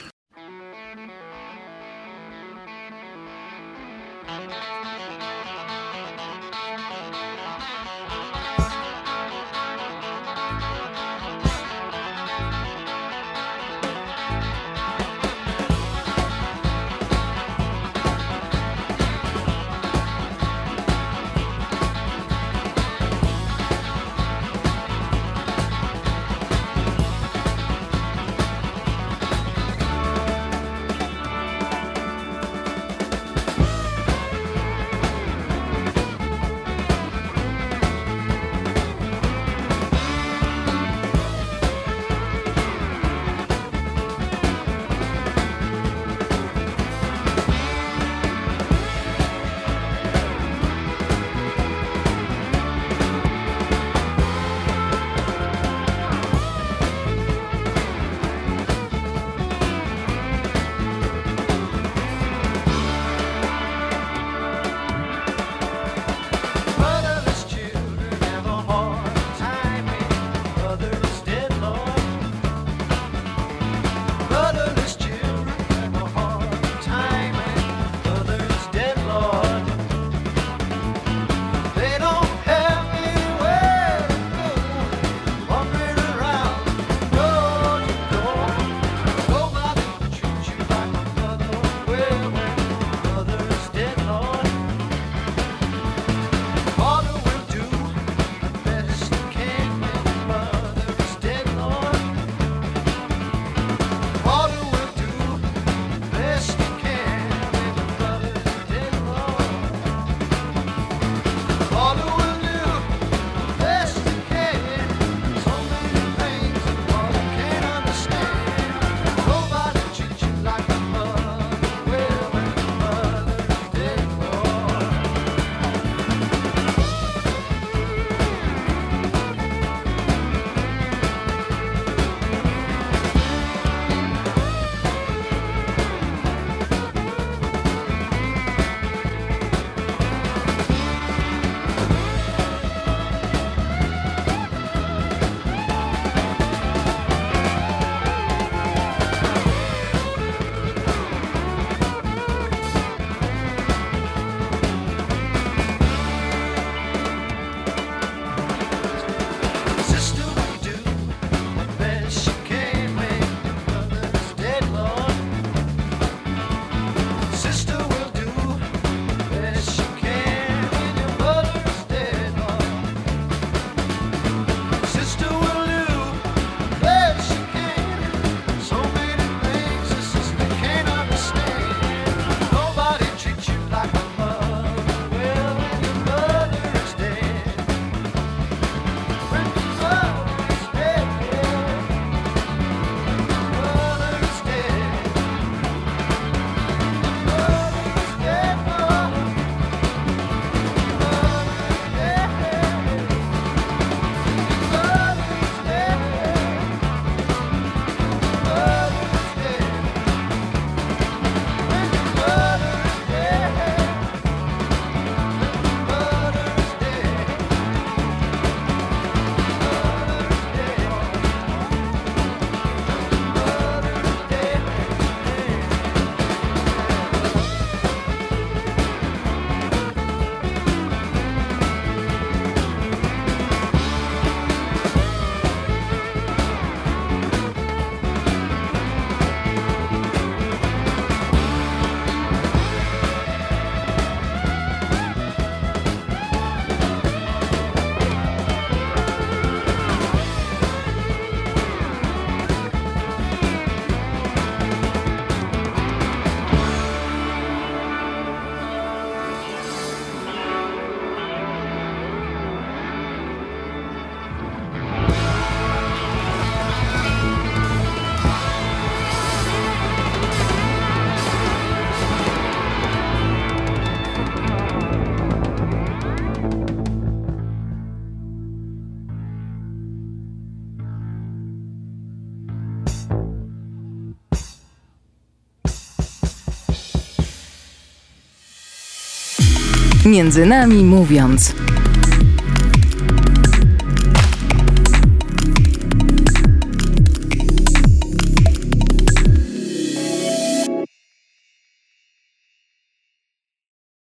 Speaker 1: Między nami mówiąc.